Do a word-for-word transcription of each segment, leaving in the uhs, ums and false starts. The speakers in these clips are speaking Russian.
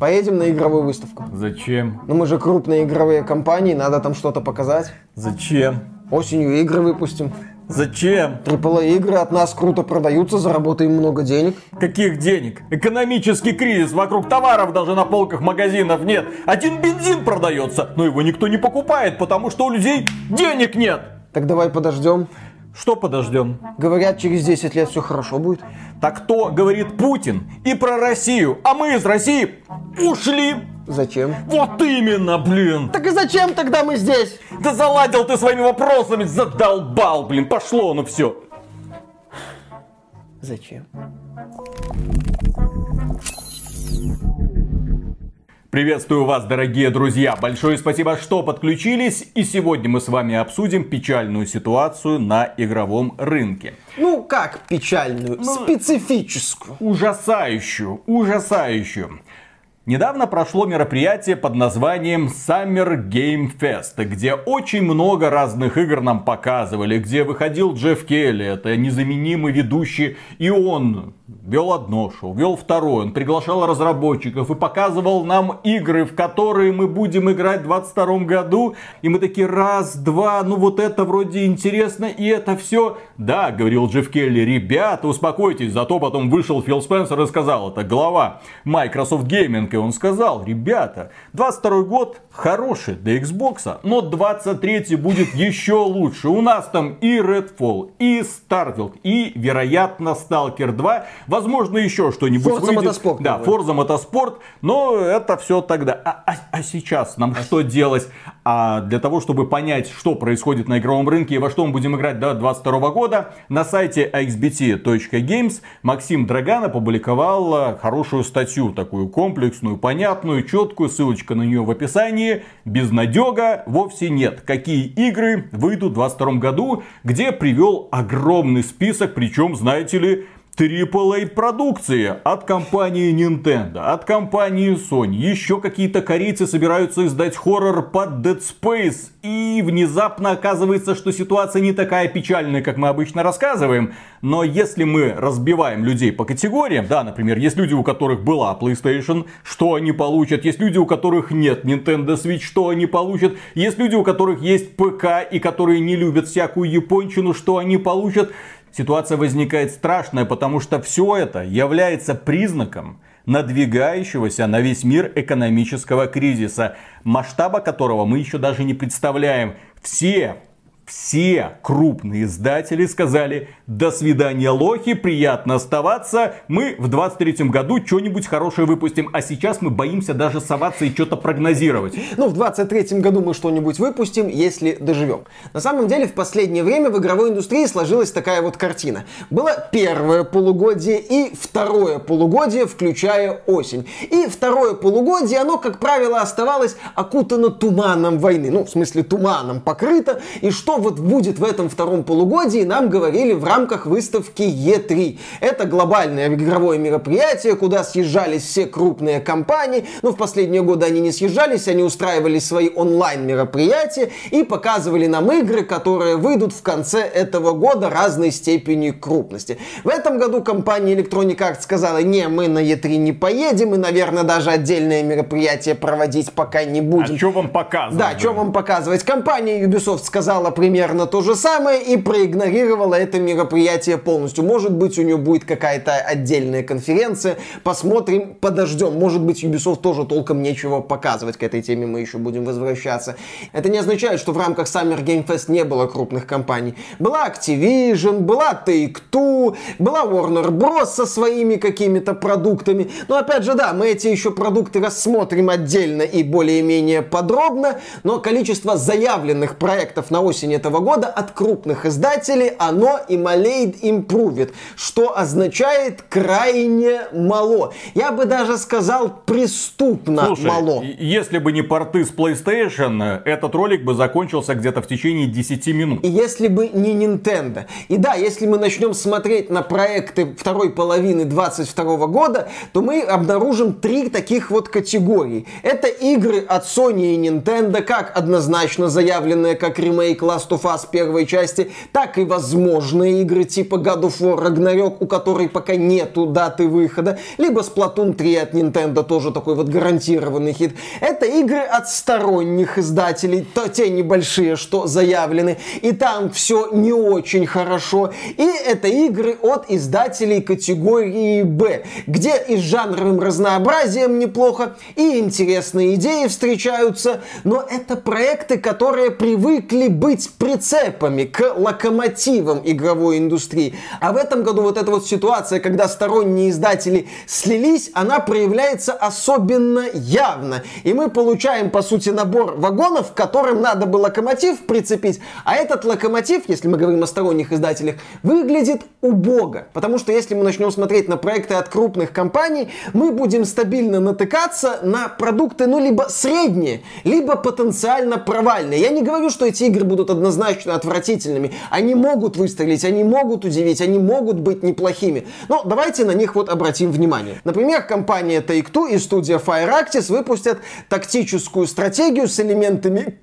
Поедем на игровую выставку. Зачем? Ну мы же крупные игровые компании, надо там что-то показать. Зачем? Осенью игры выпустим. Зачем? Трипл эй игры от нас круто продаются, заработаем много денег. Каких денег? Экономический кризис, вокруг товаров даже на полках магазинов нет. Один бензин продается, но его никто не покупает, потому что у людей денег нет. Так давай подождем. Что подождем? Говорят, через десять лет все хорошо будет. Так то говорит Путин и про Россию, а мы из России ушли. Зачем? Вот именно, блин. Так и зачем тогда мы здесь? Да заладил ты своими вопросами, задолбал, блин, пошло ну все. Зачем? Приветствую вас, дорогие друзья. Большое спасибо, что подключились. И сегодня мы с вами обсудим печальную ситуацию на игровом рынке. Ну, как печальную? Ну, специфическую. Ужасающую, ужасающую. Недавно прошло мероприятие под названием Summer Game Fest, где очень много разных игр нам показывали, где выходил Джефф Келли, это незаменимый ведущий, и он вел одно шоу, вел второе, он приглашал разработчиков и показывал нам игры, в которые мы будем играть в двадцать втором году, и мы такие раз, два, ну вот это вроде интересно, и это все. Да, говорил Джефф Келли, ребята, успокойтесь, зато потом вышел Фил Спенсер и сказал, это глава Microsoft Gaming, и он сказал, ребята, двадцать второй год хороший для Xbox, но двадцать третий будет еще лучше. У нас там и Redfall, и Starfield, и, вероятно, Stalker два. Возможно, еще что-нибудь Forza выйдет. Motorsport, да, Forza Motorsport. Но это все тогда. А, а, а сейчас нам а что с... делать? А для того, чтобы понять, что происходит на игровом рынке и во что мы будем играть до двадцать второго года, на сайте икс би ти точка геймс Максим Драган опубликовал хорошую статью, такую комплексную, понятную, четкую. Ссылочка на нее в описании. Безнадега вовсе нет. Какие игры выйдут в двадцать втором году, где привел огромный список, причем, знаете ли, трипл эй продукции от компании Nintendo, от компании Sony. Еще какие-то корейцы собираются издать хоррор под Dead Space. И внезапно оказывается, что ситуация не такая печальная, как мы обычно рассказываем. Но если мы разбиваем людей по категориям, да, например, есть люди, у которых была PlayStation, что они получат? Есть люди, у которых нет Nintendo Switch, что они получат? Есть люди, у которых есть ПК и которые не любят всякую япончину, что они получат? Ситуация возникает страшная, потому что все это является признаком надвигающегося на весь мир экономического кризиса, масштаба которого мы еще даже не представляем. Все, все крупные издатели сказали: до свидания, лохи, приятно оставаться, мы в двадцать третьем году что-нибудь хорошее выпустим, а сейчас мы боимся даже соваться и что-то прогнозировать. Ну, в двадцать третьем году мы что-нибудь выпустим, если доживем. На самом деле, в последнее время в игровой индустрии сложилась такая вот картина. Было первое полугодие и второе полугодие, включая осень. И второе полугодие, оно, как правило, оставалось окутано туманом войны. Ну, в смысле, туманом покрыто. И что вот будет в этом втором полугодии, нам говорили в рамках выставки и три. Это глобальное игровое мероприятие, куда съезжались все крупные компании. Но в последние годы они не съезжались, они устраивали свои онлайн-мероприятия и показывали нам игры, которые выйдут в конце этого года разной степени крупности. В этом году компания Electronic Arts сказала: не, мы на и три не поедем, и, наверное, даже отдельное мероприятие проводить пока не будем. А что вам показывать? Да, что вам показывать? Компания Ubisoft сказала примерно то же самое и проигнорировала это мероприятие полностью. Может быть, у нее будет какая-то отдельная конференция. Посмотрим, подождем. Может быть, Ubisoft тоже толком нечего показывать. К этой теме мы еще будем возвращаться. Это не означает, что в рамках Summer Game Fest не было крупных компаний. Была Activision, была Take-Two, была Warner Bros. Со своими какими-то продуктами. Но опять же, да, мы эти еще продукты рассмотрим отдельно и более-менее подробно. Но количество заявленных проектов на осень этого года от крупных издателей, оно и малейд импрувит, что означает крайне мало. Я бы даже сказал преступно Слушай, мало. Если бы не порты с PlayStation, этот ролик бы закончился где-то в течение десяти минут. И если бы не Nintendo. И да, если мы начнем смотреть на проекты второй половины двадцать второго года, то мы обнаружим три таких вот категории. Это игры от Sony и Nintendo, как однозначно заявленные как ремейк Last Last of Us первой части, так и возможные игры типа God of War Ragnarok, у которой пока нету даты выхода, либо Splatoon три от Nintendo, тоже такой вот гарантированный хит. Это игры от сторонних издателей, то те небольшие, что заявлены, и там все не очень хорошо. И это игры от издателей категории Б, где и с жанровым разнообразием неплохо, и интересные идеи встречаются, но это проекты, которые привыкли быть прицепами к локомотивам игровой индустрии. А в этом году вот эта вот ситуация, когда сторонние издатели слились, она проявляется особенно явно. И мы получаем, по сути, набор вагонов, к которым надо бы локомотив прицепить, а этот локомотив, если мы говорим о сторонних издателях, выглядит убого. Потому что если мы начнем смотреть на проекты от крупных компаний, мы будем стабильно натыкаться на продукты, ну, либо средние, либо потенциально провальные. Я не говорю, что эти игры будут однозначно отвратительными. Они могут выстрелить, они могут удивить, они могут быть неплохими. Но давайте на них вот обратим внимание. Например, компания Take-Two и студия Firaxis выпустят тактическую стратегию с элементами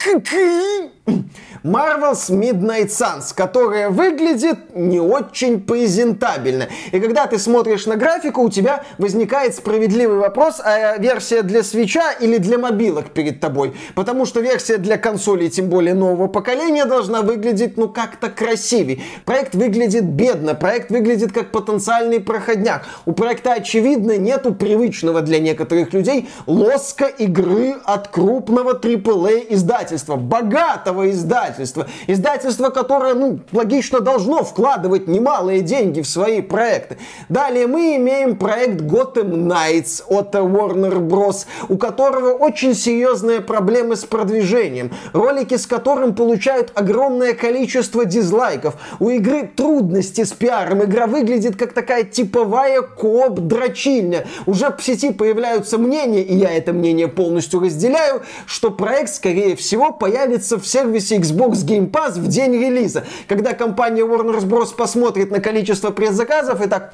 Marvel's Midnight Suns, которая выглядит не очень презентабельно. И когда ты смотришь на графику, у тебя возникает справедливый вопрос, а версия для свитча или для мобилок перед тобой? Потому что версия для консолей, тем более нового поколения, должна выглядеть, ну, как-то красивее. Проект выглядит бедно, проект выглядит как потенциальный проходняк. У проекта, очевидно, нету привычного для некоторых людей лоска игры от крупного трипл эй издательства, богатого издательства. Издательство, которое, ну, логично должно вкладывать немалые деньги в свои проекты. Далее мы имеем проект Gotham Knights от Warner Bros., у которого очень серьезные проблемы с продвижением. Ролики с которым получают огромное количество дизлайков. У игры трудности с пиаром. Игра выглядит как такая типовая кооп-дрочильня. Уже в сети появляются мнения, и я это мнение полностью разделяю, что проект, скорее всего, появится в сервисе Xbox Game Pass в день релиза, когда компания Warner Bros. Посмотрит на количество предзаказов и так...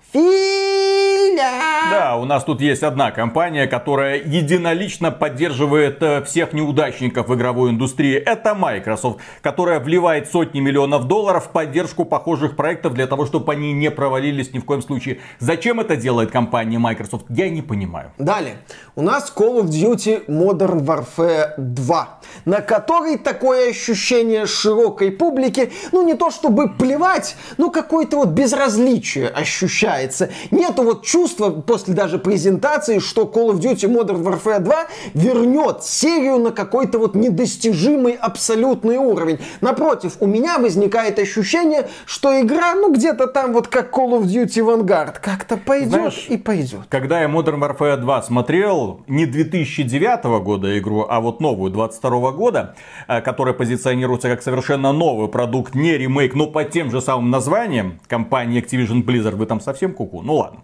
Филя! Да, у нас тут есть одна компания, которая единолично поддерживает э, всех неудачников в игровой индустрии. Это Microsoft, которая вливает сотни миллионов долларов в поддержку похожих проектов для того, чтобы они не провалились ни в коем случае. Зачем это делает компания Microsoft, я не понимаю. Далее. У нас Call of Duty Modern Warfare два, на который такое ощущение широкой публики, ну не то чтобы плевать, но какое-то вот безразличие ощущается. Нету вот чувства после даже презентации, что Call of Duty Modern Warfare два вернет серию на какой-то вот недостижимый абсолютный уровень. Напротив, у меня возникает ощущение, что игра, ну где-то там вот как Call of Duty Vanguard, как-то пойдет. Знаешь, и пойдет. Когда я Modern Warfare два смотрел, не две тысячи девятого года игру, а вот новую двадцать второго года, которая позиционируется как совершенно новый продукт, не ремейк, но под тем же самым названием, компания Activision Blizzard, вы там совсем куку? Ну ладно.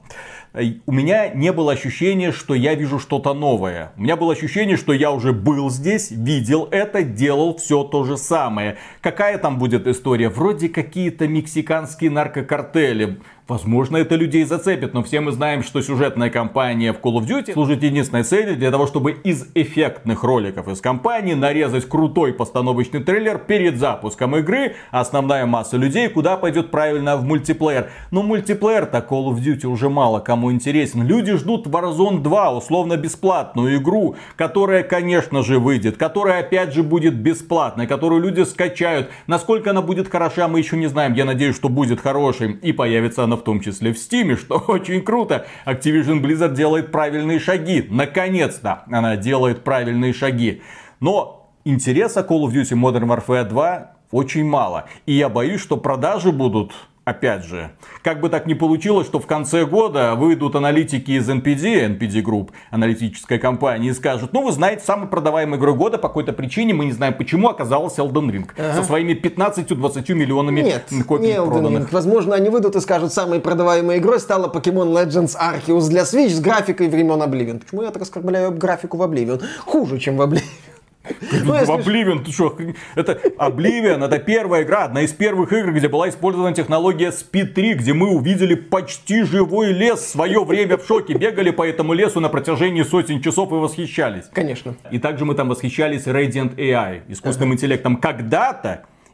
У меня не было ощущения, что я вижу что-то новое. У меня было ощущение, что я уже был здесь, видел это, делал все то же самое. Какая там будет история? Вроде какие-то мексиканские наркокартели. Возможно, это людей зацепит, но все мы знаем, что сюжетная кампания в Call of Duty служит единственной целью для того, чтобы из эффектных роликов из кампании нарезать крутой постановочный трейлер перед запуском игры. Основная масса людей куда пойдет? Правильно, в мультиплеер. Но мультиплеер-то Call of Duty уже мало кому интересен. Люди ждут Warzone два, условно бесплатную игру, которая, конечно же, выйдет, которая опять же будет бесплатной, которую люди скачают. Насколько она будет хороша, мы еще не знаем. Я надеюсь, что будет хорошей и появится она в том числе в Steam, что очень круто. Activision Blizzard делает правильные шаги. Наконец-то она делает правильные шаги. Но интереса Call of Duty Modern Warfare два очень мало. И я боюсь, что продажи будут... Опять же, как бы так ни получилось, что в конце года выйдут аналитики из эн пи ди, эн пи ди Group, аналитической компании, и скажут: ну вы знаете, самой продаваемой игрой года по какой-то причине, мы не знаем почему, оказалась Elden Ring. Ага. Со своими пятнадцатью-двадцатью миллионами Нет, копий не Elden проданных. Ring. Возможно, они выйдут и скажут, самой продаваемой игрой стала Pokemon Legends Arceus для Switch с графикой времен Oblivion. Почему я так оскорбляю графику в Oblivion? Хуже, чем в Oblivion. Ну, если... Oblivion, ты что? Это Oblivion, это первая игра, одна из первых игр, где была использована технология спид три, где мы увидели почти живой лес. В свое время в шоке бегали по этому лесу на протяжении сотен часов и восхищались. Конечно. И также мы там восхищались Radiant эй ай, искусственным uh-huh. интеллектом. Когда-то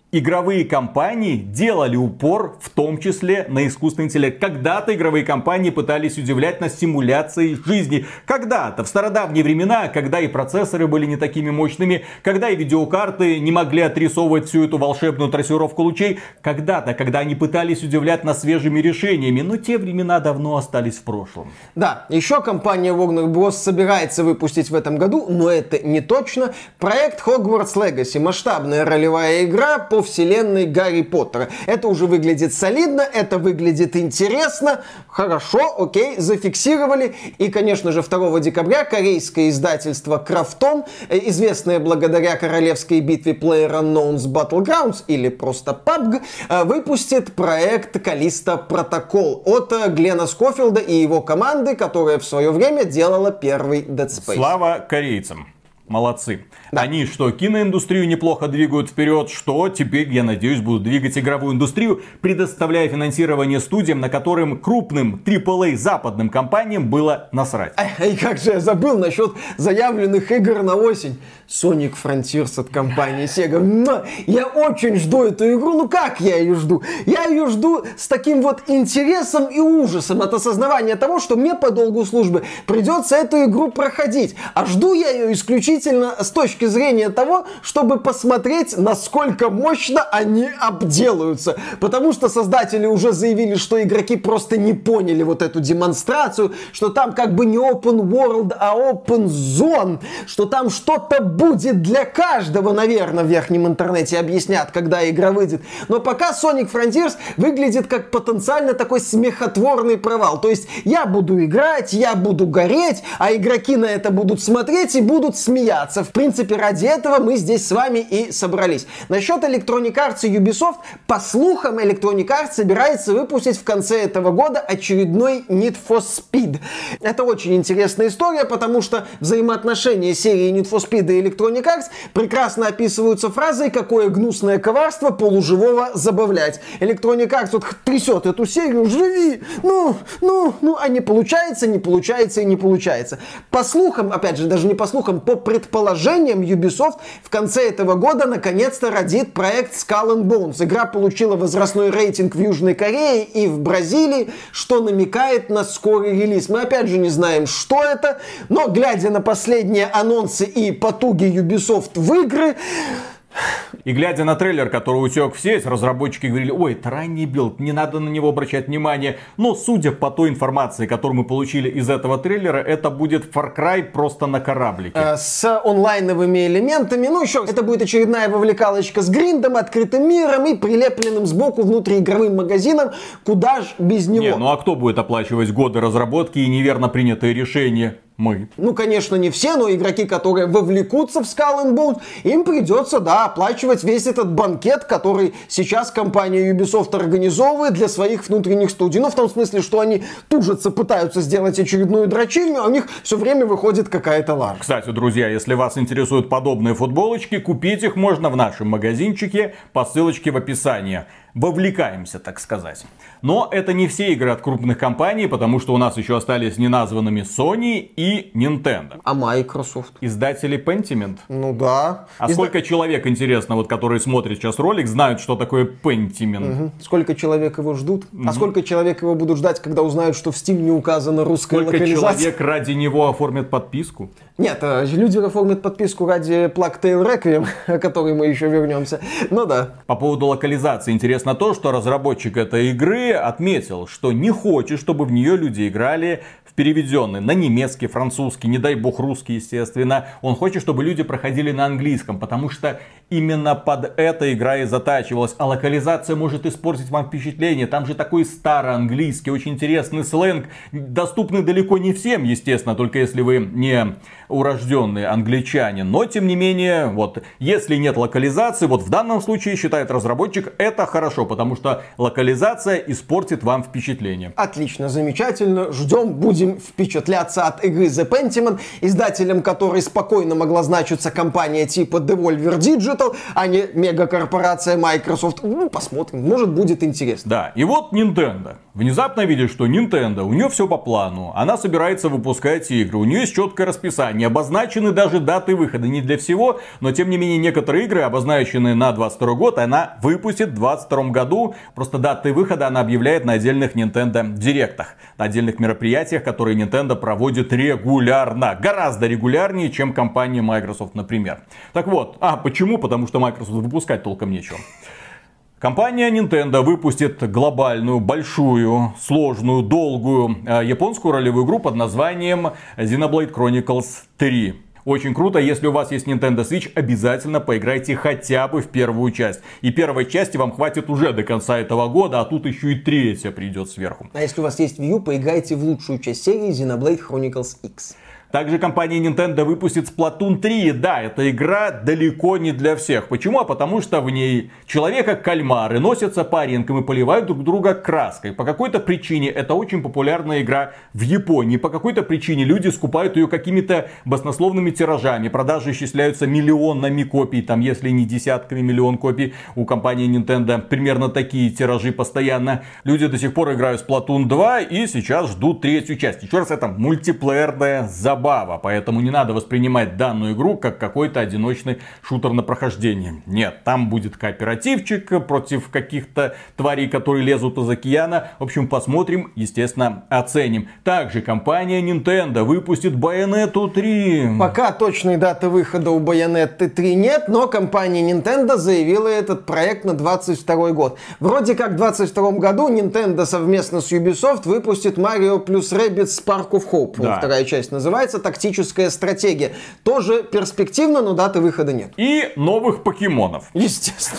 игровые компании делали упор в том числе на искусственный интеллект. Когда-то игровые компании пытались удивлять нас симуляцией жизни. Когда-то, в стародавние времена, когда и процессоры были не такими мощными, когда и видеокарты не могли отрисовывать всю эту волшебную трассировку лучей. Когда-то, когда они пытались удивлять нас свежими решениями. Но те времена давно остались в прошлом. Да, еще компания Warner Bros. Собирается выпустить в этом году, но это не точно, проект Hogwarts Legacy. Масштабная ролевая игра по вселенной Гарри Поттера. Это уже выглядит солидно, это выглядит интересно. Хорошо, окей, зафиксировали. И, конечно же, второго декабря корейское издательство Krafton, известное благодаря королевской битве PlayerUnknown's Battlegrounds, или просто пабг, выпустит проект Callisto Protocol от Глена Скофилда и его команды, которая в свое время делала первый Dead Space. Слава корейцам. Молодцы. Да. Они что киноиндустрию неплохо двигают вперед, что теперь, я надеюсь, будут двигать игровую индустрию, предоставляя финансирование студиям, на которым крупным трипл эй западным компаниям было насрать. И как же я забыл насчет заявленных игр на осень. Sonic Frontiers от компании Sega. Я очень жду эту игру. Ну как я ее жду? Я ее жду с таким вот интересом и ужасом от осознавания того, что мне по долгу службы придется эту игру проходить. А жду я ее исключительно с точки зрения того, чтобы посмотреть, насколько мощно они обделаются. Потому что создатели уже заявили, что игроки просто не поняли вот эту демонстрацию, что там как бы не open world, а open zone, что там что-то будет для каждого, наверное, в верхнем интернете объяснят, когда игра выйдет. Но пока Sonic Frontiers выглядит как потенциально такой смехотворный провал. То есть я буду играть, я буду гореть, а игроки на это будут смотреть и будут смеяться. В принципе, ради этого мы здесь с вами и собрались. Насчет Electronic Arts и Ubisoft, по слухам, Electronic Arts собирается выпустить в конце этого года очередной Need for Speed. Это очень интересная история, потому что взаимоотношения серии Need for Speed и Electronic Arts прекрасно описываются фразой «какое гнусное коварство полуживого забавлять». Electronic Arts вот трясет эту серию, живи, ну, ну, ну, а не получается, не получается и не получается. По слухам, опять же, даже не по слухам, по предположениям, Ubisoft в конце этого года наконец-то родит проект Skull and Bones. Игра получила возрастной рейтинг в Южной Корее и в Бразилии, что намекает на скорый релиз. Мы опять же не знаем, что это, но глядя на последние анонсы и потуги Ubisoft в игры, и глядя на трейлер, который утек в сеть, разработчики говорили: ой, это ранний билд, не надо на него обращать внимание. Но судя по той информации, которую мы получили из этого трейлера, это будет Far Cry просто на кораблике. Э, с онлайновыми элементами. Ну еще, это будет очередная вовлекалочка с гриндом, открытым миром и прилепленным сбоку внутриигровым магазином. Куда ж без него? Не, ну а кто будет оплачивать годы разработки и неверно принятые решения? Мы. Ну, конечно, не все, но игроки, которые вовлекутся в Skull and Bones, им придется, да, оплачивать весь этот банкет, который сейчас компания Ubisoft организовывает для своих внутренних студий. Ну, в том смысле, что они тужатся, пытаются сделать очередную дрочильню, а у них все время выходит какая-то лажа. Кстати, друзья, если вас интересуют подобные футболочки, купить их можно в нашем магазинчике по ссылочке в описании. Вовлекаемся, так сказать. Но это не все игры от крупных компаний, потому что у нас еще остались неназванными Sony и Nintendo. А Microsoft? Издатели Pentiment? Ну да. А Изда... сколько человек, интересно, вот, которые смотрят сейчас ролик, знают, что такое Pentiment? Угу. Сколько человек его ждут? Угу. А сколько человек его будут ждать, когда узнают, что в Steam не указана русская сколько локализация? Сколько человек ради него оформят подписку? Нет, люди оформят подписку ради Plague Tale Requiem, о которой мы еще вернемся. Ну да. По поводу локализации интересно то, что разработчик этой игры отметил, что не хочет, чтобы в нее люди играли в переведенный на немецкий, французский, не дай бог русский, естественно. Он хочет, чтобы люди проходили на английском, потому что именно под это игра и затачивалась. А локализация может испортить вам впечатление. Там же такой староанглийский, очень интересный сленг, доступный далеко не всем, естественно, только если вы не урожденный англичанин. Но, тем не менее, вот, если нет локализации, вот в данном случае, считает разработчик, это хорошо, потому что локализация испортит вам впечатление. Отлично, замечательно. Ждем, будем будем впечатляться от игры The Pentiment, издателем которой спокойно могла значиться компания типа Devolver Digital, а не мегакорпорация Microsoft. Ну, посмотрим, может будет интересно. Да, и вот Nintendo. Внезапно видишь, что Nintendo, у нее все по плану, она собирается выпускать игры, у нее есть четкое расписание, обозначены даже даты выхода, не для всего, но тем не менее некоторые игры, обозначенные на двадцать второй год, она выпустит в двадцать втором году, просто даты выхода она объявляет на отдельных Nintendo Директах, на отдельных мероприятиях, которые Nintendo проводит регулярно, гораздо регулярнее, чем компания Microsoft, например. Так вот, а почему? Потому что Microsoft выпускать толком нечего. Компания Nintendo выпустит глобальную, большую, сложную, долгую э, японскую ролевую игру под названием Xenoblade Chronicles три. Очень круто, если у вас есть Nintendo Switch, обязательно поиграйте хотя бы в первую часть. И первой части вам хватит уже до конца этого года, а тут еще и третья придет сверху. А если у вас есть Wii U, поиграйте в лучшую часть серии Xenoblade Chronicles X. Также компания Nintendo выпустит Splatoon три. Да, эта игра далеко не для всех. Почему? А потому что в ней человека-кальмары носятся по ринкам и поливают друг друга краской. По какой-то причине это очень популярная игра в Японии. По какой-то причине люди скупают ее какими-то баснословными тиражами. Продажи исчисляются миллионами копий. Там, если не десятками миллион копий, у компании Nintendo примерно такие тиражи постоянно. Люди до сих пор играют в Splatoon два и сейчас ждут третью часть. Еще раз, это мультиплеерная забава. Поэтому не надо воспринимать данную игру как какой-то одиночный шутер на прохождение. Нет, там будет кооперативчик против каких-то тварей, которые лезут из океана. В общем, посмотрим, естественно, оценим. Также компания Nintendo выпустит Bayonetta три. Пока точной даты выхода у Bayonetta три нет, но компания Nintendo заявила этот проект на двадцать второй год. Вроде как в двадцать втором году Nintendo совместно с Ubisoft выпустит Mario плюс Rabbids Spark of Hope. Да. Вторая часть называется. Тактическая стратегия. Тоже перспективно, но даты выхода нет. И новых покемонов. Естественно.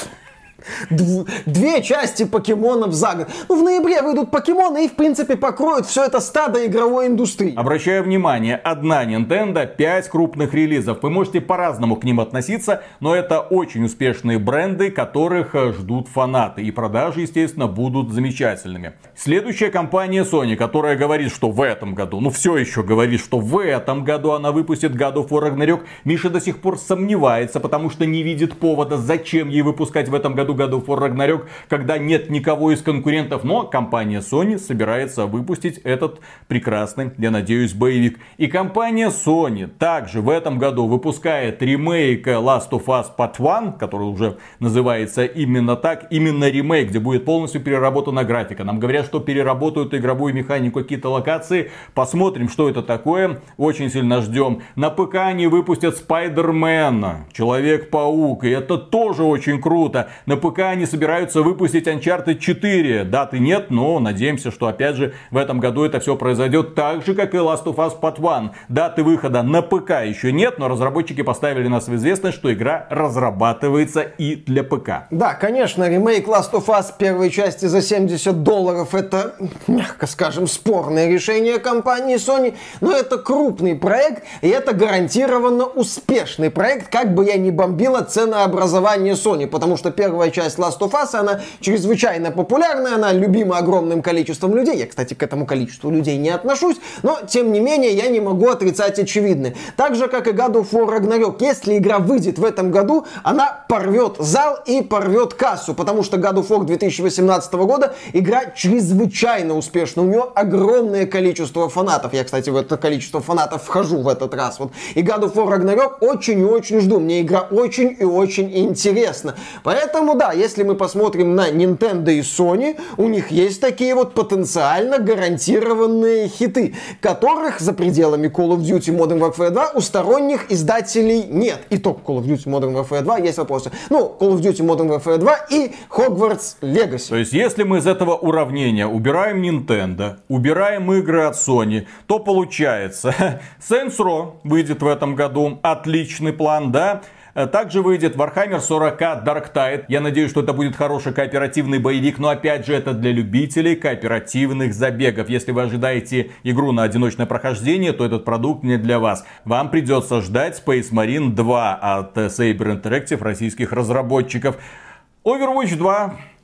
Две части покемонов за год. Ну, в ноябре выйдут покемоны и, в принципе, покроют все это стадо игровой индустрии. Обращаю внимание, одна Nintendo, пять крупных релизов. Вы можете по-разному к ним относиться, но это очень успешные бренды, которых ждут фанаты. И продажи, естественно, будут замечательными. Следующая компания Sony, которая говорит, что в этом году, ну все еще говорит, что в этом году она выпустит God of War Ragnarok. Миша до сих пор сомневается, потому что не видит повода, зачем ей выпускать в этом году God of War Ragnarok, когда нет никого из конкурентов. Но компания Sony собирается выпустить этот прекрасный, я надеюсь, боевик. И компания Sony также в этом году выпускает ремейк Last of Us Part один, который уже называется именно так. Именно ремейк, где будет полностью переработана графика. Нам говорят, что переработают игровую механику, какие-то локации. Посмотрим, что это такое. Очень сильно ждем. На ПК они выпустят Spider-Man, Человек-паук. И это тоже очень круто. На ПК они собираются выпустить Uncharted четыре. Даты нет, но надеемся, что опять же в этом году это все произойдет так же, как и Last of Us Part один. Даты выхода на ПК еще нет, но разработчики поставили нас в известность, что игра разрабатывается и для ПК. Да, конечно, ремейк Last of Us первой части за семьдесят долларов это, мягко скажем, спорное решение компании Sony, но это крупный проект, и это гарантированно успешный проект, как бы я ни бомбила ценообразование Sony, потому что первая часть Last of Us, она чрезвычайно популярная, она любима огромным количеством людей. Я, кстати, к этому количеству людей не отношусь, но, тем не менее, я не могу отрицать очевидное. Так же, как и God of War Ragnarok, если игра выйдет в этом году, она порвет зал и порвет кассу, потому что God of War две тысячи восемнадцатого года игра чрезвычайно успешна, у нее огромное количество фанатов. Я, кстати, в это количество фанатов вхожу в этот раз. Вот. И God of War Ragnarok очень и очень жду. Мне игра очень и очень интересна. Поэтому, да, если мы посмотрим на Nintendo и Sony, у них есть такие вот потенциально гарантированные хиты, которых за пределами Call of Duty Modern Warfare два у сторонних издателей нет. И только Call of Duty Modern Warfare два есть вопросы. Ну, Call of Duty Modern Warfare два и Hogwarts Legacy. То есть, если мы из этого уравнения убираем Nintendo, убираем игры от Sony, то получается Saints Row выйдет в этом году. Отличный план, да? Также выйдет Warhammer сорок Dark Tide. Я надеюсь, что это будет хороший кооперативный боевик. Но опять же, это для любителей кооперативных забегов. Если вы ожидаете игру на одиночное прохождение, то этот продукт не для вас. Вам придется ждать Space Marine два от Saber Interactive, российских разработчиков. Overwatch два.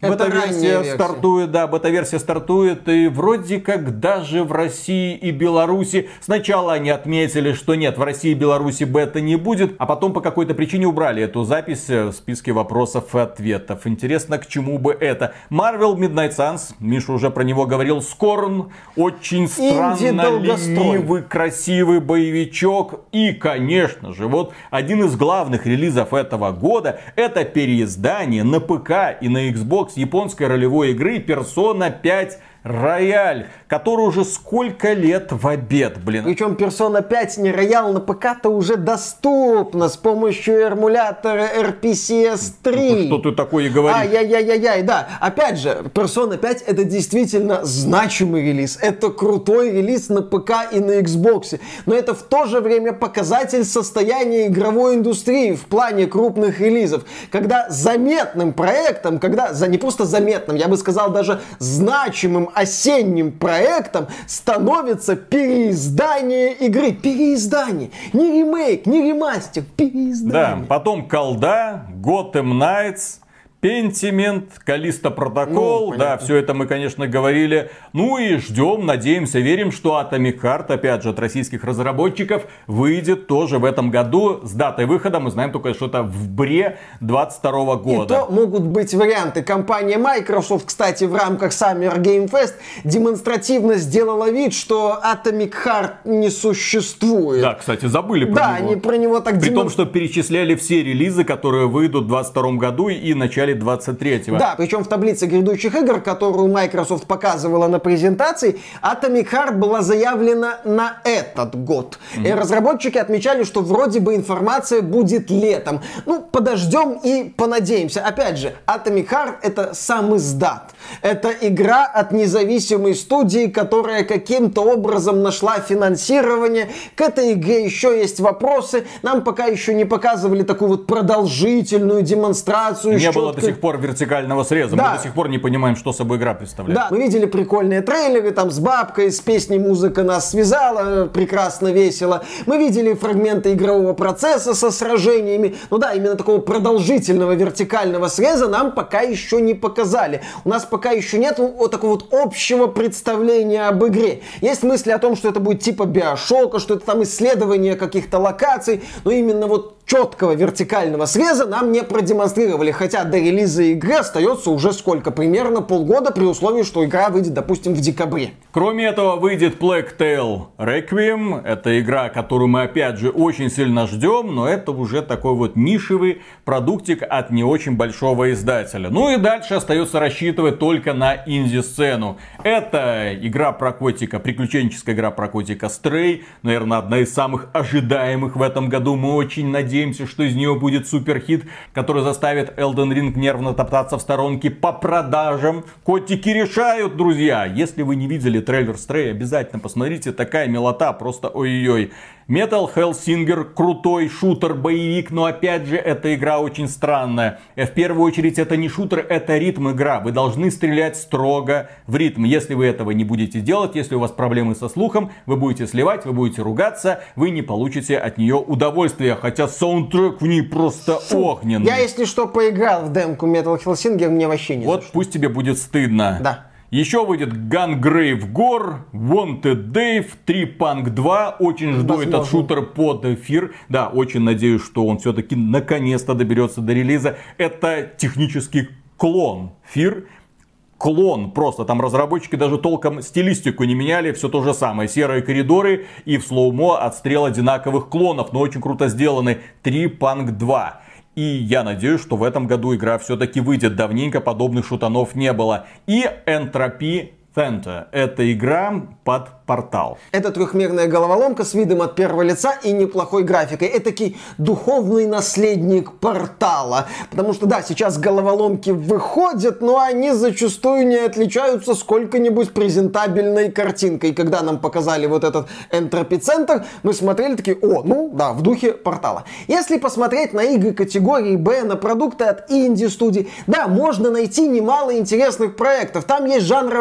Бета-версия стартует, да, бета-версия стартует, и вроде как даже в России и Беларуси сначала они отметили, что нет, в России и Беларуси бета не будет, а потом по какой-то причине убрали эту запись в списке вопросов и ответов. Интересно, к чему бы это? Marvel Midnight Suns, Миша уже про него говорил, Скорн, очень странно ленивый, красивый боевичок, и, конечно же, вот один из главных релизов этого года — это переиздание на ПК и на Xbox японской ролевой игры Persona пять Рояль, который уже сколько лет в обед, блин. Причем Persona пять не Роял на ПК-то уже доступна с помощью эмулятора эр пи си эс три. Что ты такое говоришь? Ай-яй-яй-яй, да. Опять же, Persona пять это действительно значимый релиз. Это крутой релиз на ПК и на Xbox. Но это в то же время показатель состояния игровой индустрии в плане крупных релизов. Когда заметным проектом, когда за не просто заметным, я бы сказал даже значимым осенним проектом становится переиздание игры. Переиздание. Не ремейк, не ремастер, переиздание. Да, потом колда, Gotham Knights, Pentiment, Callisto Protocol, ну, да, все это мы, конечно, говорили. Ну и ждем, надеемся, верим, что Atomic Heart, опять же, от российских разработчиков, выйдет тоже в этом году. С датой выхода мы знаем только, что это в бре двадцать второго года. И то могут быть варианты. Компания Microsoft, кстати, в рамках Summer Game Fest демонстративно сделала вид, что Atomic Heart не существует. Да, кстати, забыли про да, него. они про него так При демон... том, что перечисляли все релизы, которые выйдут в двадцать втором году и в начале двадцать третьего. Да, причем в таблице грядущих игр, которую Microsoft показывала на презентации, Atomic Heart была заявлена на этот год. Mm-hmm. И разработчики отмечали, что вроде бы информация будет летом. Ну, подождем и понадеемся. Опять же, Atomic Heart это сам издат. Это игра от независимой студии, которая каким-то образом нашла финансирование. К этой игре еще есть вопросы. Нам пока еще не показывали такую вот продолжительную демонстрацию. Не было до сих пор вертикального среза. Да. Мы до сих пор не понимаем, что собой игра представляет. Да, мы видели прикольные трейлеры, там с бабкой, с песней музыка нас связала, прекрасно, весело. Мы видели фрагменты игрового процесса со сражениями. Ну да, именно такого продолжительного вертикального среза нам пока еще не показали. У нас пока еще нет вот такого вот общего представления об игре. Есть мысли о том, что это будет типа Биошока, что это там исследование каких-то локаций, но именно вот четкого вертикального среза нам не продемонстрировали, хотя до релиза игры остается уже сколько? Примерно полгода, при условии, что игра выйдет, допустим, в декабре. Кроме этого, выйдет Plague Tale Requiem. Это игра, которую мы, опять же, очень сильно ждем, но это уже такой вот нишевый продуктик от не очень большого издателя. Ну и дальше остается рассчитывать только на инди-сцену. Это игра про котика, приключенческая игра про котика Stray. Наверное, одна из самых ожидаемых в этом году. Мы очень надеемся, Надеемся, что из нее будет суперхит, который заставит Elden Ring нервно топтаться в сторонке по продажам. Котики решают, друзья. Если вы не видели трейлер Stray, обязательно посмотрите. Такая милота, просто ой-ой-ой. Metal Hellsinger крутой шутер-боевик, но опять же эта игра очень странная. В первую очередь это не шутер, это ритм-игра. Вы должны стрелять строго в ритм. Если вы этого не будете делать, если у вас проблемы со слухом, вы будете сливать, вы будете ругаться, вы не получите от нее удовольствия. Хотя саундтрек в ней просто Фу, огненный. Я, если что, поиграл в демку Metal Hellsinger, мне вообще не Вот зашло. Пусть тебе будет стыдно. Да. Еще выйдет Gungrave Gore, Wanted Dave, Tripunk два. Очень жду Возможно. этот шутер под эфир. Да, очень надеюсь, что он все-таки наконец-то доберется до релиза. Это технический клон Фир. Клон просто. Там разработчики даже толком стилистику не меняли. Все то же самое. Серые коридоры и в слоумо отстрел одинаковых клонов. Но очень круто сделаны. Tripunk два. И я надеюсь, что в этом году игра все-таки выйдет. Давненько подобных шутанов не было. И Entropy Thenta. Это игра под портал. Это трехмерная головоломка с видом от первого лица и неплохой графикой. Этакий духовный наследник портала. Потому что, да, сейчас головоломки выходят, но они зачастую не отличаются сколько-нибудь презентабельной картинкой. И когда нам показали вот этот энтропицентр, мы смотрели такие, о, ну да, в духе портала. Если посмотреть на игры категории Б, на продукты от инди-студий, да, можно найти немало интересных проектов. Там есть жанровое разнообразие.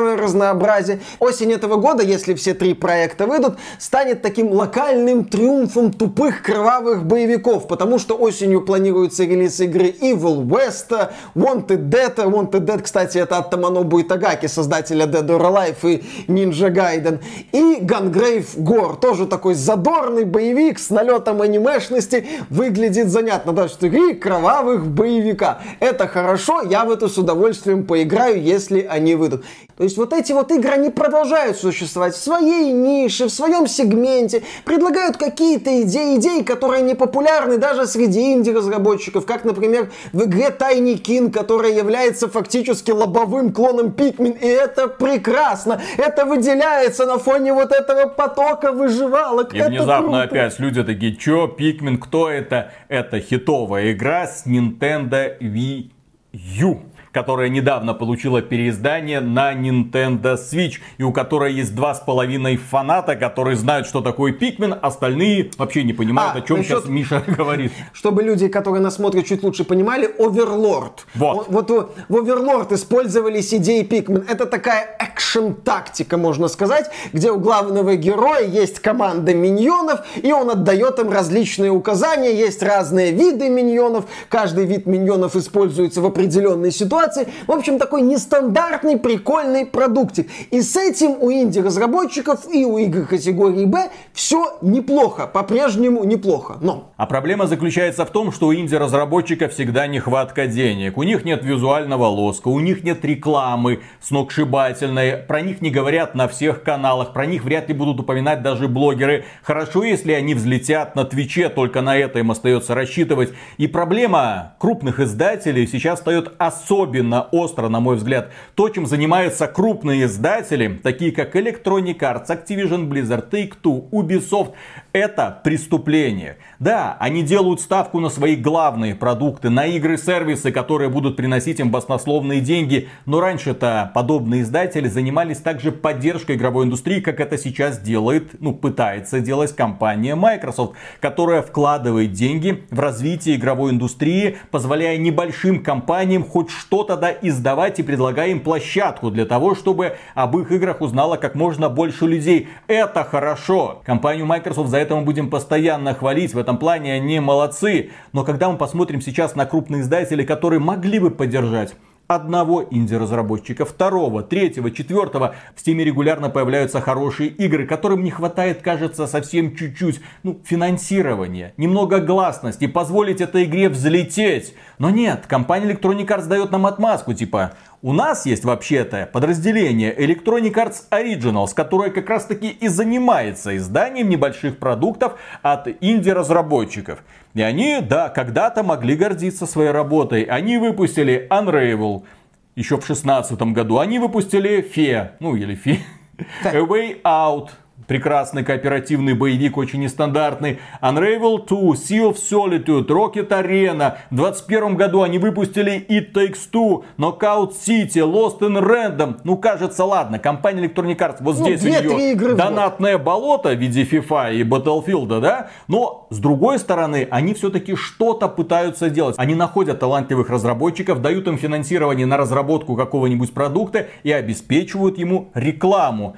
разнообразие. Осень этого года, если все три проекта выйдут, станет таким локальным триумфом тупых кровавых боевиков, потому что осенью планируется релиз игры Evil West, Wanted Dead. Wanted Dead, кстати, это от Томанобу Итагаки, создателя Dead or Alive и Ninja Gaiden. И Gungrave Gore, тоже такой задорный боевик с налетом анимешности, выглядит занятно, да, что три кровавых боевика. Это хорошо, я в это с удовольствием поиграю, если они выйдут. То есть вот эти вот игры, они продолжают существовать в своей нише, в своем сегменте, предлагают какие-то идеи, идеи, которые не популярны даже среди инди-разработчиков, как, например, в игре Tiny King, которая является фактически лобовым клоном Pikmin, и это прекрасно, это выделяется на фоне вот этого потока выживалок. И это внезапно круто. Опять люди такие, чё, Pikmin, кто это? Это хитовая игра с Nintendo Wii U, которая недавно получила переиздание на Nintendo Switch, и у которой есть два с половиной фаната, которые знают, что такое Pikmin, остальные вообще не понимают, А, о чем насчет... сейчас Миша говорит. Чтобы люди, которые нас смотрят, чуть лучше понимали, Overlord. Вот. Вот в Overlord использовались идеи Pikmin. Это такая экшен-тактика, можно сказать, где у главного героя есть команда миньонов, и он отдает им различные указания. Есть разные виды миньонов. Каждый вид миньонов используется в определенной ситуации. В общем, такой нестандартный, прикольный продуктик. И с этим у инди-разработчиков и у игр категории Б все неплохо, по-прежнему неплохо. Но... А проблема заключается в том, что у инди-разработчиков всегда нехватка денег. У них нет визуального лоска, у них нет рекламы сногсшибательной. Про них не говорят на всех каналах, про них вряд ли будут упоминать даже блогеры. Хорошо, если они взлетят на Твиче, только на это им остается рассчитывать. И проблема крупных издателей сейчас встает особенно Особенно остро, на мой взгляд, то, чем занимаются крупные издатели, такие как Electronic Arts, Activision Blizzard, Take-Two, Ubisoft. Это преступление. Да, они делают ставку на свои главные продукты, на игры-сервисы, которые будут приносить им баснословные деньги. Но раньше-то подобные издатели занимались также поддержкой игровой индустрии, как это сейчас делает, ну, пытается делать компания Microsoft, которая вкладывает деньги в развитие игровой индустрии, позволяя небольшим компаниям хоть что-то да издавать и предлагая им площадку для того, чтобы об их играх узнало как можно больше людей. Это хорошо. Компанию Microsoft за это мы будем постоянно хвалить. В этом плане они молодцы. Но когда мы посмотрим сейчас на крупные издатели, которые могли бы поддержать одного инди-разработчика, второго, третьего, четвертого, в Steam регулярно появляются хорошие игры, которым не хватает, кажется, совсем чуть-чуть, ну, финансирования, немного гласности, позволить этой игре взлететь. Но нет, компания Electronic Arts дает нам отмазку, типа... У нас есть вообще-то подразделение Electronic Arts Originals, которое как раз таки и занимается изданием небольших продуктов от инди-разработчиков. И они, да, когда-то могли гордиться своей работой. Они выпустили Unravel еще в шестнадцатом году. Они выпустили Fe, ну или Fe, A Way Out. Прекрасный кооперативный боевик, очень нестандартный. Unravel два, Sea of Solitude, Rocket Arena. В двадцать первом году они выпустили It Takes Two, Knockout City, Lost in Random. Ну, кажется, ладно, компания Electronic Arts, вот ну, здесь у нее донатное болото в виде FIFA и Battlefield, да? Но, с другой стороны, они все-таки что-то пытаются делать. Они находят талантливых разработчиков, дают им финансирование на разработку какого-нибудь продукта и обеспечивают ему рекламу.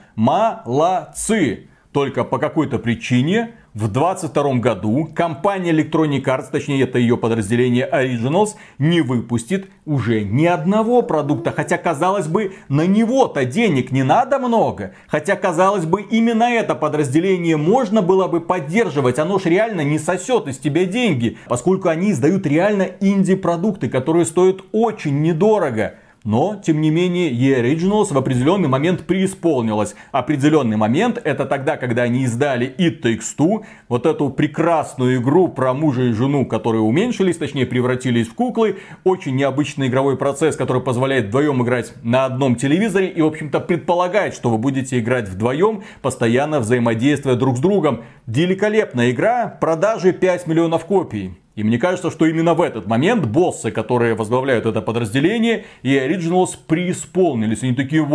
Молодцы! Только по какой-то причине в двадцать втором году компания Electronic Arts, точнее это ее подразделение Originals, не выпустит уже ни одного продукта. Хотя, казалось бы, на него-то денег не надо много. Хотя, казалось бы, именно это подразделение можно было бы поддерживать. Оно ж реально не сосет из тебя деньги. Поскольку они издают реально инди-продукты, которые стоят очень недорого. Но, тем не менее, и эй Originals в определенный момент преисполнилась. Определенный момент это тогда, когда они издали It Takes Two, вот эту прекрасную игру про мужа и жену, которые уменьшились, точнее превратились в куклы. Очень необычный игровой процесс, который позволяет вдвоем играть на одном телевизоре и, в общем-то, предполагает, что вы будете играть вдвоем, постоянно взаимодействуя друг с другом. Великолепная игра, продажи пять миллионов копий. И мне кажется, что именно в этот момент боссы, которые возглавляют это подразделение, и Originals преисполнились. Они такие, вот,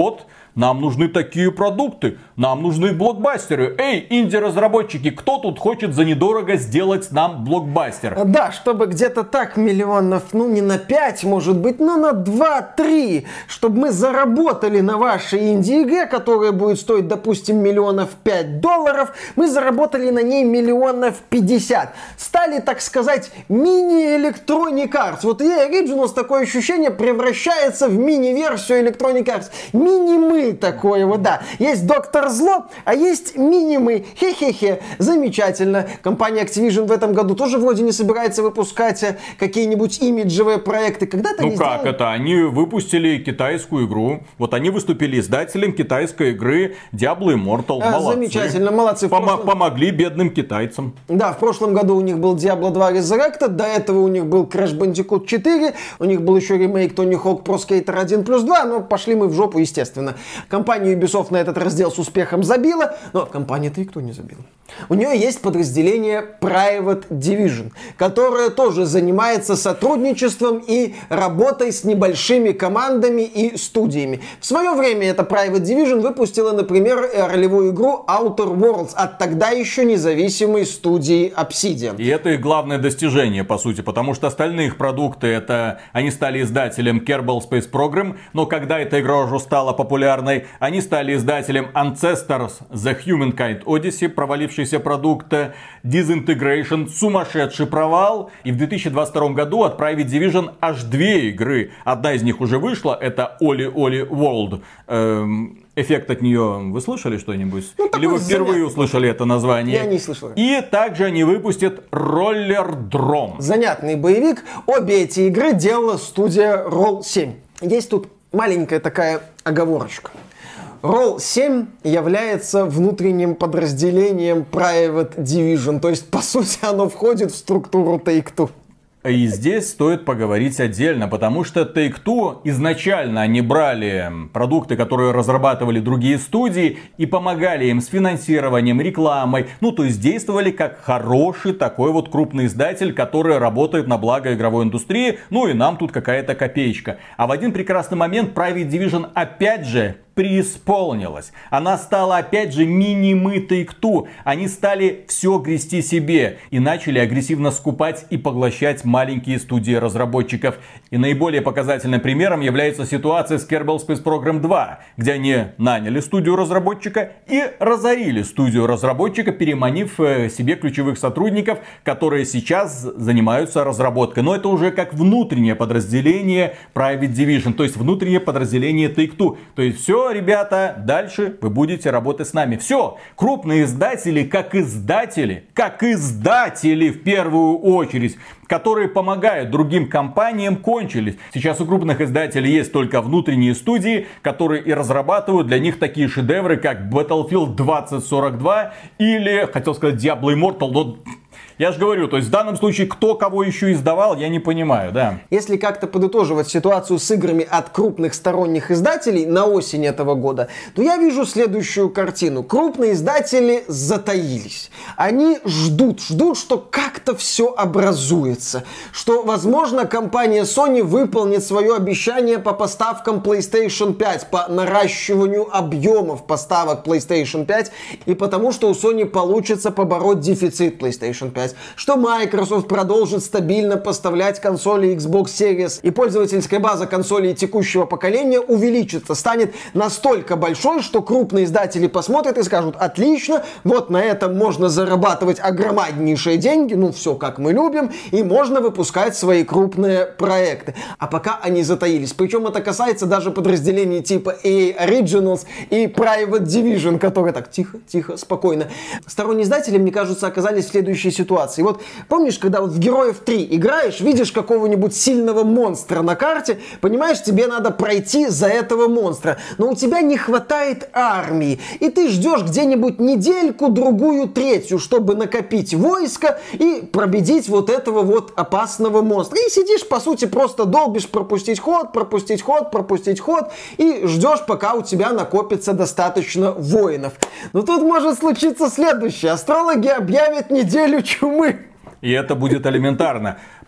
нам нужны такие продукты, нам нужны блокбастеры. Эй, инди-разработчики, кто тут хочет за недорого сделать нам блокбастер? Да, чтобы где-то так миллионов, ну не на пять, может быть, но на два-три, чтобы мы заработали на вашей инди-игре, которая будет стоить, допустим, миллионов пять долларов, мы заработали на ней миллионов пятьдесят. Стали, так сказать, мини-Electronic Arts. Вот и и эй Originals, такое ощущение, превращается в мини-версию Electronic Arts. Мини-мы такое вот, да. Есть Доктор Зло, а есть мини-мы. Хе-хе-хе. Замечательно. Компания Activision в этом году тоже вроде не собирается выпускать какие-нибудь имиджевые проекты. Когда-то Ну как сделали... это? Они выпустили китайскую игру. Вот они выступили издателем китайской игры Diablo Immortal. А, молодцы. замечательно, молодцы. Пом- прошлом... Помогли бедным китайцам. Да, в прошлом году у них был Diablo два Resurrected, до этого у них был Crash Bandicoot четыре, у них был еще ремейк Tony Hawk Pro Skater один плюс два, но пошли мы в жопу, естественно. Компания Ubisoft на этот раздел с успехом забила, но компания-то и кто не забил. У нее есть подразделение Private Division, которое тоже занимается сотрудничеством и работой с небольшими командами и студиями. В свое время эта Private Division выпустила, например, ролевую игру Outer Worlds от тогда еще независимой студии Obsidian. И это их главное достижение, по сути, потому что остальные их продукты, это они стали издателем Kerbal Space Program, но когда эта игра уже стала популярной, они стали издателем Ancestors The Humankind Odyssey, провалившийся продукт, Disintegration, сумасшедший провал. И в две тысячи двадцать втором году от Private Division аж две игры. Одна из них уже вышла, это Oli Oli World. Эм, эффект от нее вы слышали что-нибудь? Ну, Или вы впервые занятный. услышали это название? Я не слышал. И также они выпустят Rollerdrome. Занятный боевик. Обе эти игры делала студия Roll семь. Есть тут маленькая такая оговорочка. Roll семь является внутренним подразделением Private Division. То есть, по сути, оно входит в структуру Take-Two. И здесь стоит поговорить отдельно, потому что Take-Two изначально они брали продукты, которые разрабатывали другие студии, и помогали им с финансированием, рекламой. Ну, то есть действовали как хороший такой вот крупный издатель, который работает на благо игровой индустрии. Ну и нам тут какая-то копеечка. А в один прекрасный момент Private Division опять же преисполнилась. Она стала опять же мини-мы Take-Two. Они стали все грести себе и начали агрессивно скупать и поглощать маленькие студии разработчиков. И наиболее показательным примером является ситуация с Kerbal Space Program два, где они наняли студию разработчика и разорили студию разработчика, переманив себе ключевых сотрудников, которые сейчас занимаются разработкой. Но это уже как внутреннее подразделение Private Division, то есть внутреннее подразделение Take-Two. То есть все, ребята, дальше вы будете работать с нами. Все, крупные издатели, как издатели, как издатели в первую очередь, которые помогают другим компаниям, кончились. Сейчас у крупных издателей есть только внутренние студии, которые и разрабатывают для них такие шедевры, как Battlefield двадцать сорок два или, хотел сказать, Diablo Immortal, но... Я же говорю, то есть в данном случае кто кого еще издавал, я не понимаю, да. Если как-то подытоживать ситуацию с играми от крупных сторонних издателей на осень этого года, то я вижу следующую картину. Крупные издатели затаились. Они ждут, ждут, что как-то все образуется. Что, возможно, компания Sony выполнит свое обещание по поставкам PlayStation пять, по наращиванию объемов поставок PlayStation пять, и потому что у Sony получится побороть дефицит PlayStation пять. Что Microsoft продолжит стабильно поставлять консоли Xbox Series, и пользовательская база консолей текущего поколения увеличится, станет настолько большой, что крупные издатели посмотрят и скажут: отлично, вот на этом можно зарабатывать огромнейшие деньги, ну все как мы любим, и можно выпускать свои крупные проекты. А пока они затаились. Причем это касается даже подразделений типа и эй Originals и Private Division, которые так тихо, тихо, спокойно. Сторонние издатели, мне кажется, оказались в следующей ситуации. Вот помнишь, когда вот в Героев три играешь, видишь какого-нибудь сильного монстра на карте, понимаешь, тебе надо пройти за этого монстра, но у тебя не хватает армии, и ты ждешь где-нибудь недельку, другую, третью, чтобы накопить войско и победить вот этого вот опасного монстра. И сидишь, по сути, просто долбишь пропустить ход, пропустить ход, пропустить ход, и ждешь, пока у тебя накопится достаточно воинов. Но тут может случиться следующее. Астрологи объявят неделю чумы. И это будет элементарно.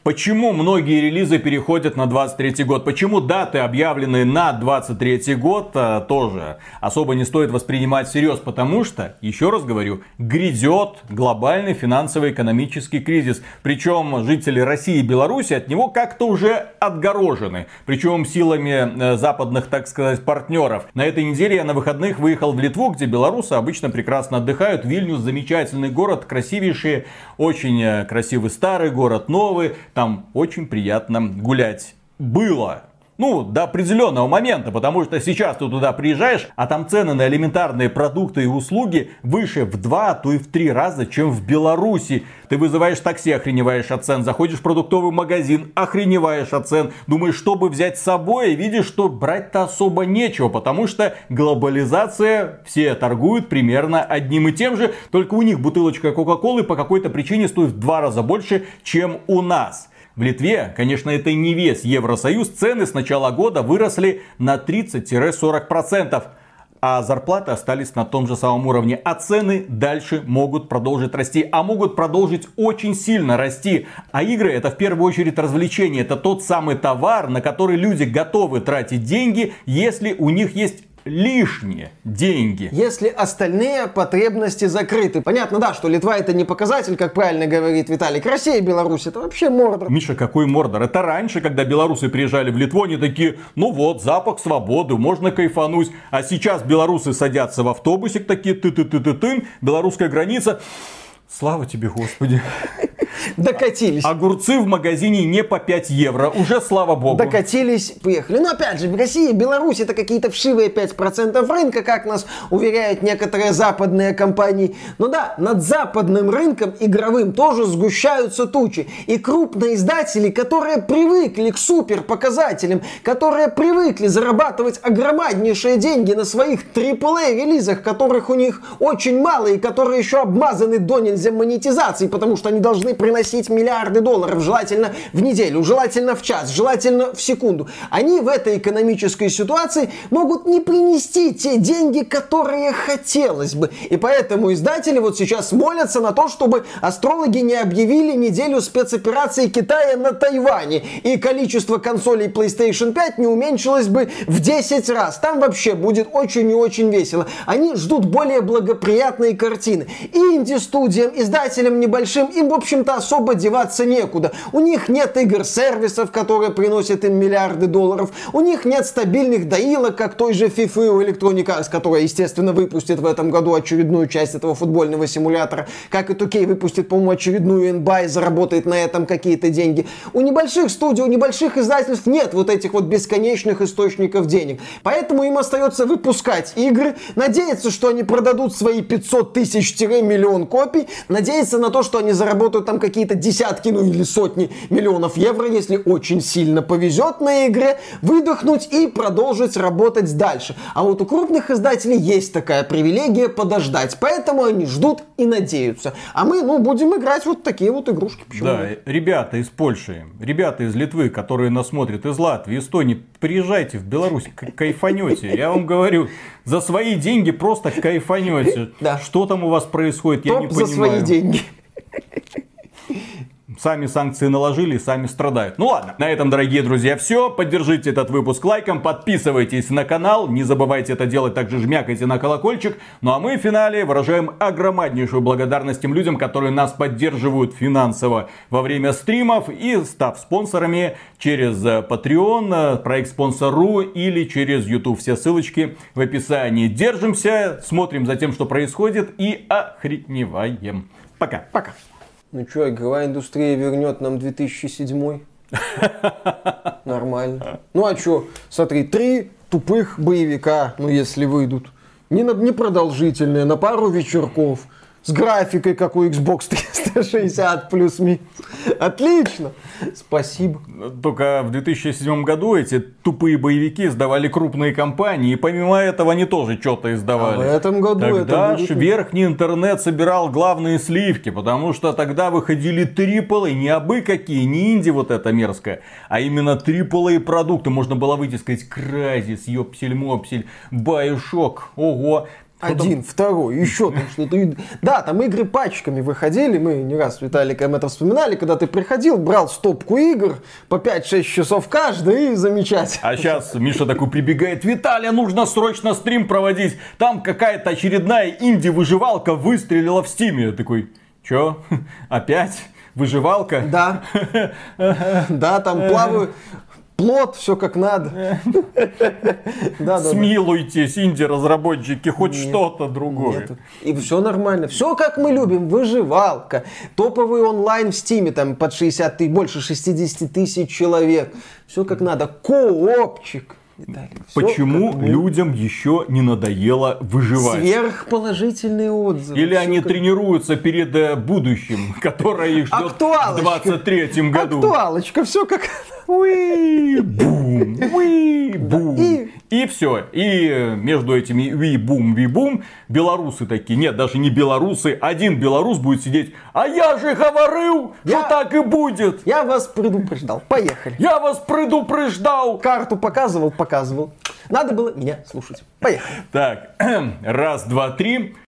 Почему многие релизы переходят на двадцать третий год? Почему даты, объявленные на двадцать третий год, тоже особо не стоит воспринимать всерьез? Потому что, еще раз говорю, грядет глобальный финансово-экономический кризис. Причем жители России и Беларуси от него как-то уже отгорожены. Причем силами западных, так сказать, партнеров. На этой неделе я на выходных выехал в Литву, где белорусы обычно прекрасно отдыхают. Вильнюс замечательный город, красивейший, очень красивый старый город, новый. Там очень приятно гулять было. Ну, до определенного момента, потому что сейчас ты туда приезжаешь, а там цены на элементарные продукты и услуги выше в два, а то и в три раза, чем в Беларуси. Ты вызываешь такси, охреневаешь от цен, заходишь в продуктовый магазин, охреневаешь от цен, думаешь, что бы взять с собой, и видишь, что брать-то особо нечего, потому что глобализация, все торгуют примерно одним и тем же, только у них бутылочка Кока-Колы по какой-то причине стоит в два раза больше, чем у нас. В Литве, конечно, это не весь Евросоюз, цены с начала года выросли на тридцать-сорок процентов. А зарплаты остались на том же самом уровне. А цены дальше могут продолжить расти. А могут продолжить очень сильно расти. А игры — это в первую очередь развлечение. Это тот самый товар, на который люди готовы тратить деньги, если у них есть лишние деньги. Если остальные потребности закрыты. Понятно, да, что Литва это не показатель, как правильно говорит Виталик. Россия и Беларусь это вообще Мордор. Миша, какой Мордор? Это раньше, когда белорусы приезжали в Литву, они такие, ну вот, запах свободы, можно кайфануть. А сейчас белорусы садятся в автобусик, такие ты-ты-ты-ты-тын, белорусская граница. Слава тебе, Господи. Докатились. Огурцы в магазине не по пять евро. Уже слава богу. Докатились, поехали. Но опять же, в России и Беларуси это какие-то вшивые пять процентов рынка, как нас уверяют некоторые западные компании. Но да, над западным рынком игровым тоже сгущаются тучи. И крупные издатели, которые привыкли к супер показателям, которые привыкли зарабатывать огромнейшие деньги на своих трипл эй релизах, которых у них очень мало и которые еще обмазаны до нельзя монетизацией, потому что они должны приносить миллиарды долларов, желательно в неделю, желательно в час, желательно в секунду. Они в этой экономической ситуации могут не принести те деньги, которые хотелось бы. И поэтому издатели вот сейчас молятся на то, чтобы астрологи не объявили неделю спецоперации Китая на Тайване. И количество консолей PlayStation пять не уменьшилось бы в десять раз. Там вообще будет очень и очень весело. Они ждут более благоприятные картины. И инди-студиям, издателям небольшим, им, в общем-то, особо деваться некуда. У них нет игр-сервисов, которые приносят им миллиарды долларов. У них нет стабильных доилок, как той же FIFA у Electronic Arts, которая, естественно, выпустит в этом году очередную часть этого футбольного симулятора. Как и ту кей выпустит, по-моему, очередную эн би эй и заработает на этом какие-то деньги. У небольших студий, у небольших издательств нет вот этих вот бесконечных источников денег. Поэтому им остается выпускать игры, надеяться, что они продадут свои пятьсот тысяч-миллион копий, надеяться на то, что они заработают там какие-то десятки, ну или сотни миллионов евро, если очень сильно повезет на игре, выдохнуть и продолжить работать дальше. А вот у крупных издателей есть такая привилегия подождать, поэтому они ждут и надеются. А мы, ну, будем играть вот такие вот игрушки. Почему? Да, ребята из Польши, ребята из Литвы, которые нас смотрят, из Латвии, Эстонии, приезжайте в Беларусь, кайфанете. Я вам говорю, за свои деньги просто кайфанете. Да. Что там у вас происходит, я Топ не понимаю. за свои деньги. Сами санкции наложили, сами страдают. Ну ладно, на этом, дорогие друзья, все. Поддержите этот выпуск лайком, подписывайтесь на канал. Не забывайте это делать, также жмякайте на колокольчик. Ну а мы в финале выражаем огромнейшую благодарность тем людям, которые нас поддерживают финансово во время стримов и став спонсорами через Patreon, проект Sponsor.ru или через YouTube. Все ссылочки в описании. Держимся, смотрим за тем, что происходит и охреневаем. Пока. Пока. Ну что, игровая индустрия вернет нам две тысячи седьмой? Нормально. Ну а что, смотри, три тупых боевика, ну если выйдут. Не, не продолжительные, на пару вечерков. С графикой, как у Xbox триста шестьдесят плюс-минус. Отлично. Спасибо. Только в две тысячи седьмом году эти тупые боевики издавали крупные компании. И помимо этого они тоже что-то издавали. А в этом году тогда это будет... ж верхний интернет собирал главные сливки. Потому что тогда выходили трипл эй, не абы какие, не инди вот это мерзкое. А именно трипл эй продукты. Можно было выйти и сказать: Crysis, ёпсель-мопсель, Bioshock. Ого. Один, второй, еще там что-то. Да, там игры пачками выходили. Мы не раз с Виталиком это вспоминали. Когда ты приходил, брал стопку игр по пять-шесть часов каждый, и замечательно. А сейчас Миша такой прибегает: Виталия, нужно срочно стрим проводить. Там какая-то очередная инди-выживалка выстрелила в стиме. Я такой: чё? Опять? Выживалка? Да. Да, там плаваю. Плот, все как надо. Смилуйтесь, инди-разработчики, хоть что-то другое. И все нормально. Все как мы любим. Выживалка. Топовый онлайн в Стиме, там под шестьдесят тысяч, больше шестьдесят тысяч человек. Все как надо. Коопчик. Виталий, почему как... людям еще не надоело выживать? Сверхположительные отзывы. Или они как... тренируются перед э, будущим, которое их ждет в двадцать третьем году. Актуалочка, все как... Уи, бум, уи, бум. И... и все. И между этими уи, бум, ви, бум белорусы такие. Нет, даже не белорусы. Один белорус будет сидеть: а я же говорил, я... что так и будет. Я вас предупреждал. Поехали. Я вас предупреждал. Карту показывал, показывал. Надо было меня слушать. Поехали. Так, раз, два, три.